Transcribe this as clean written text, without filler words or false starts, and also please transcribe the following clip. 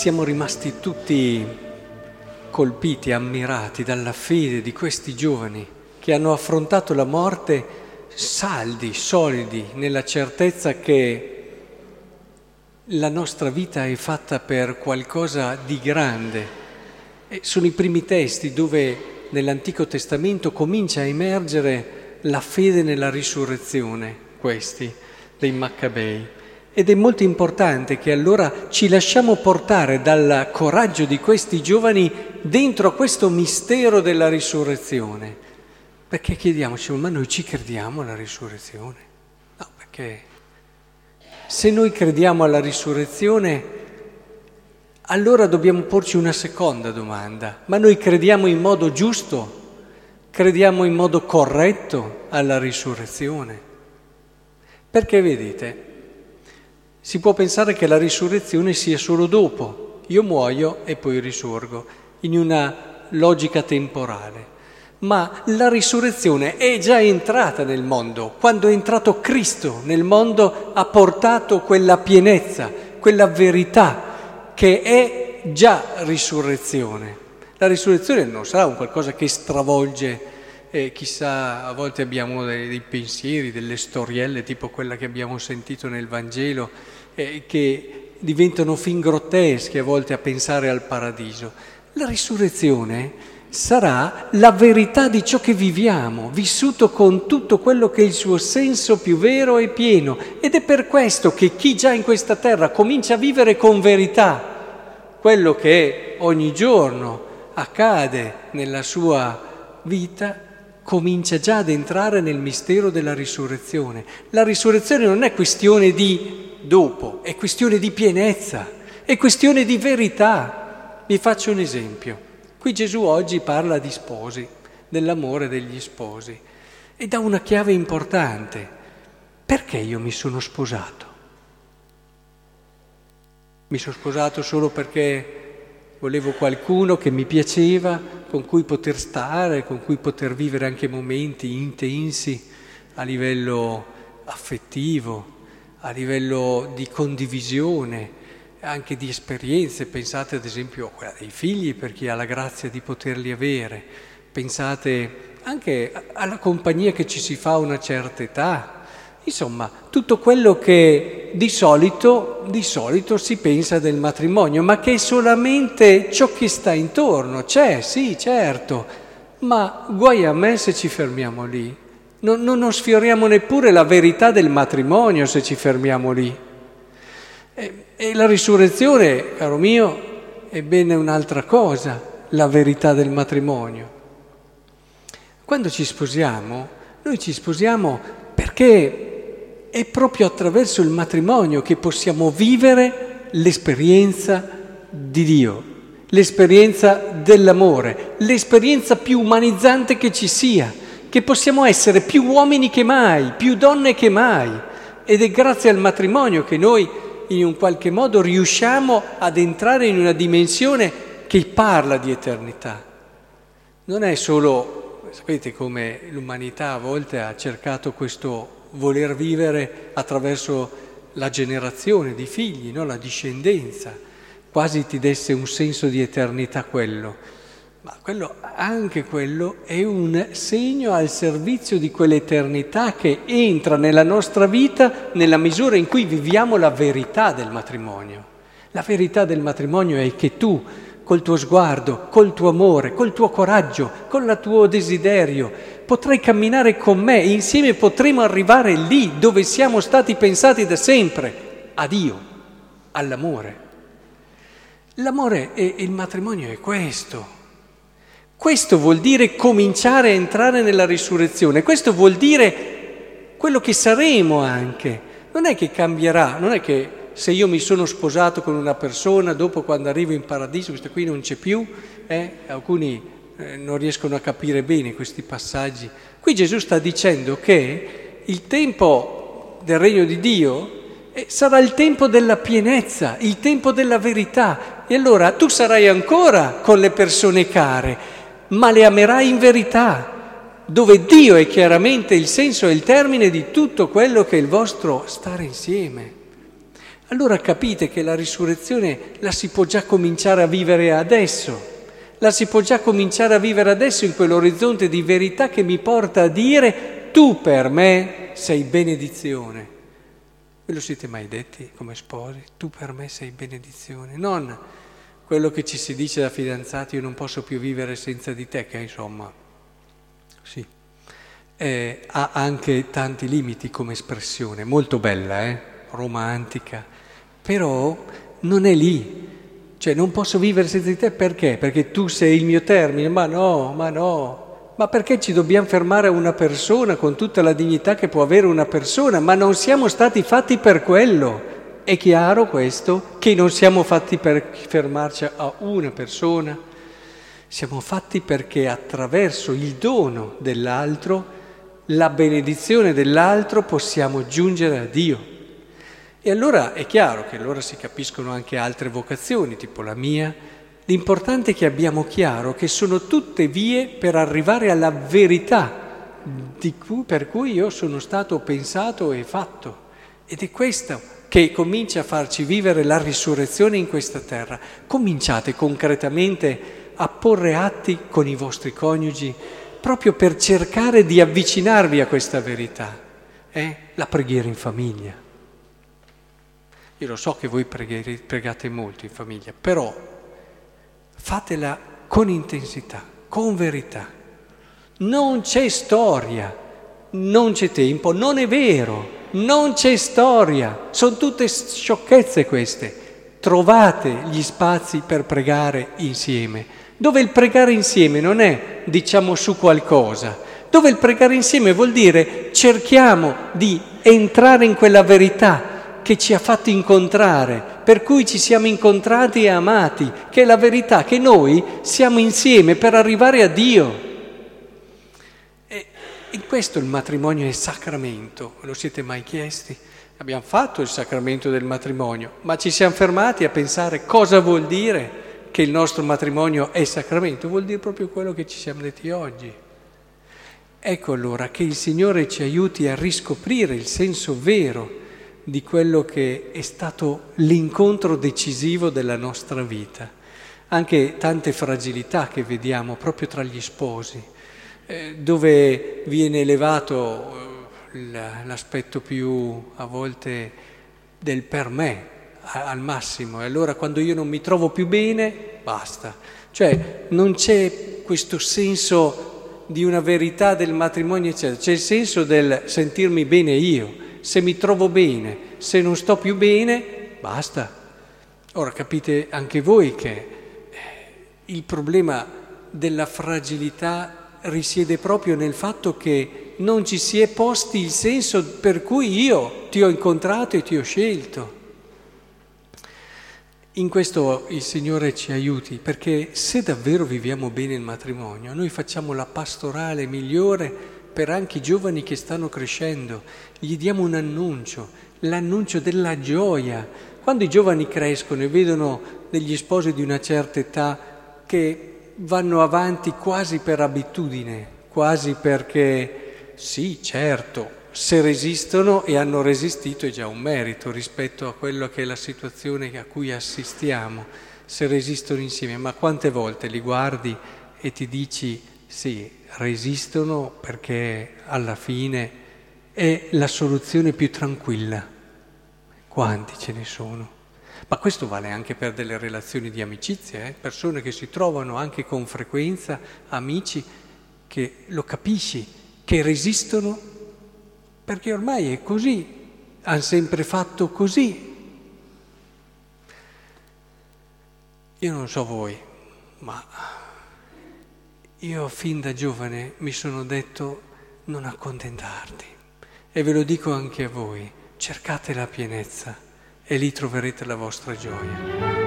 siamo rimasti tutti colpiti, ammirati dalla fede di questi giovani che hanno affrontato la morte saldi, solidi, nella certezza che la nostra vita è fatta per qualcosa di grande. E sono i primi testi dove nell'Antico Testamento comincia a emergere la fede nella risurrezione, questi dei Maccabei. Ed è molto importante che allora ci lasciamo portare dal coraggio di questi giovani dentro a questo mistero della risurrezione. Perché chiediamoci, ma noi ci crediamo alla risurrezione? No, perché se noi crediamo alla risurrezione, allora dobbiamo porci una seconda domanda. Ma noi crediamo in modo giusto? Crediamo in modo corretto alla risurrezione? Perché vedete, si può pensare che la risurrezione sia solo dopo. Io muoio e poi risorgo, in una logica temporale. Ma la risurrezione è già entrata nel mondo. Quando è entrato Cristo nel mondo ha portato quella pienezza, quella verità che è già risurrezione. La risurrezione non sarà un qualcosa che stravolge, chissà, a volte abbiamo dei pensieri, delle storielle tipo quella che abbiamo sentito nel Vangelo, che diventano fin grottesche a volte a pensare al paradiso. La risurrezione sarà la verità di ciò che viviamo, vissuto con tutto quello che è il suo senso più vero e pieno. Ed è per questo che chi già in questa terra comincia a vivere con verità quello che ogni giorno accade nella sua vita, comincia già ad entrare nel mistero della risurrezione. La risurrezione non è questione di dopo, è questione di pienezza, è questione di verità. Vi faccio un esempio. Qui Gesù oggi parla di sposi, dell'amore degli sposi, e dà una chiave importante. Perché io mi sono sposato? Mi sono sposato solo perché volevo qualcuno che mi piaceva, con cui poter stare, con cui poter vivere anche momenti intensi a livello affettivo, a livello di condivisione, anche di esperienze. Pensate ad esempio a quella dei figli, per chi ha la grazia di poterli avere. Pensate anche alla compagnia che ci si fa a una certa età. Insomma, tutto quello che di solito si pensa del matrimonio, ma che è solamente ciò che sta intorno. C'è, sì, certo, ma guai a me se ci fermiamo lì. Non sfioriamo neppure la verità del matrimonio se ci fermiamo lì. E la risurrezione, caro mio, è bene un'altra cosa, la verità del matrimonio. Quando ci sposiamo, noi ci sposiamo perché è proprio attraverso il matrimonio che possiamo vivere l'esperienza di Dio, l'esperienza dell'amore, l'esperienza più umanizzante che ci sia, che possiamo essere più uomini che mai, più donne che mai. Ed è grazie al matrimonio che noi in un qualche modo riusciamo ad entrare in una dimensione che parla di eternità. Non è solo, sapete come l'umanità a volte ha cercato questo voler vivere attraverso la generazione di figli, no? La discendenza, quasi ti desse un senso di eternità quello. Ma anche quello è un segno al servizio di quell'eternità che entra nella nostra vita nella misura in cui viviamo la verità del matrimonio. La verità del matrimonio è che tu, col tuo sguardo, col tuo amore, col tuo coraggio, con il tuo desiderio, potrai camminare con me e insieme potremo arrivare lì dove siamo stati pensati da sempre, a Dio, all'amore. L'amore e il matrimonio è questo. Questo vuol dire cominciare a entrare nella risurrezione, questo vuol dire quello che saremo anche. Non è che cambierà, non è che se io mi sono sposato con una persona, dopo quando arrivo in paradiso questa qui non c'è più, alcuni non riescono a capire bene questi passaggi. Qui Gesù sta dicendo che il tempo del regno di Dio sarà il tempo della pienezza, il tempo della verità. E allora tu sarai ancora con le persone care, ma le amerai in verità, dove Dio è chiaramente il senso e il termine di tutto quello che è il vostro stare insieme. allora capite che la risurrezione la si può già cominciare a vivere adesso. La si può già cominciare a vivere adesso in quell'orizzonte di verità che mi porta a dire: tu per me sei benedizione. Ve lo siete mai detti come sposi? Tu per me sei benedizione. Non quello che ci si dice da fidanzati: io non posso più vivere senza di te, che insomma, sì, ha anche tanti limiti come espressione, molto bella, romantica, però non è lì. Cioè non posso vivere senza di te perché? Perché tu sei il mio termine? Ma no. Ma perché ci dobbiamo fermare a una persona con tutta la dignità che può avere una persona? Ma non siamo stati fatti per quello. È chiaro questo? Che non siamo fatti per fermarci a una persona. Siamo fatti perché attraverso il dono dell'altro, la benedizione dell'altro, possiamo giungere a Dio. E allora è chiaro che allora si capiscono anche altre vocazioni, tipo la mia. L'importante è che abbiamo chiaro che sono tutte vie per arrivare alla verità per cui io sono stato pensato e fatto. Ed è questo che comincia a farci vivere la risurrezione in questa terra. Cominciate concretamente a porre atti con i vostri coniugi proprio per cercare di avvicinarvi a questa verità. La preghiera in famiglia. Io lo so che voi pregate molto in famiglia, però fatela con intensità, con verità. Non c'è storia, non c'è tempo, non è vero, non c'è storia. Sono tutte sciocchezze queste. Trovate gli spazi per pregare insieme, dove il pregare insieme non è diciamo su qualcosa, dove il pregare insieme vuol dire cerchiamo di entrare in quella verità che ci ha fatto incontrare, per cui ci siamo incontrati e amati, che è la verità che noi siamo insieme per arrivare a Dio. E in questo il matrimonio è sacramento, ve lo siete mai chiesti? Abbiamo fatto il sacramento del matrimonio, ma ci siamo fermati a pensare cosa vuol dire che il nostro matrimonio è sacramento? Vuol dire proprio quello che ci siamo detti oggi. Ecco allora che il Signore ci aiuti a riscoprire il senso vero di quello che è stato l'incontro decisivo della nostra vita. Anche tante fragilità che vediamo proprio tra gli sposi, dove viene elevato l'aspetto più a volte del per me al massimo, e allora quando io non mi trovo più bene, basta. Cioè non c'è questo senso di una verità del matrimonio, eccetera. C'è il senso del sentirmi bene io. Se mi trovo bene, se non sto più bene, basta. Ora capite anche voi che il problema della fragilità risiede proprio nel fatto che non ci si è posti il senso per cui io ti ho incontrato e ti ho scelto. In questo il Signore ci aiuti, perché se davvero viviamo bene il matrimonio, noi facciamo la pastorale migliore per anche i giovani che stanno crescendo, gli diamo un annuncio, l'annuncio della gioia. Quando i giovani crescono e vedono degli sposi di una certa età che vanno avanti quasi per abitudine, quasi perché sì, certo, se resistono e hanno resistito è già un merito rispetto a quello che è la situazione a cui assistiamo, se resistono insieme. Ma quante volte li guardi e ti dici sì, resistono perché alla fine è la soluzione più tranquilla. Quanti ce ne sono? Ma questo vale anche per delle relazioni di amicizia, persone che si trovano anche con frequenza, amici, che lo capisci, che resistono perché ormai è così, hanno sempre fatto così. Io non so voi, ma io fin da giovane mi sono detto non accontentarti, e ve lo dico anche a voi, cercate la pienezza e lì troverete la vostra gioia.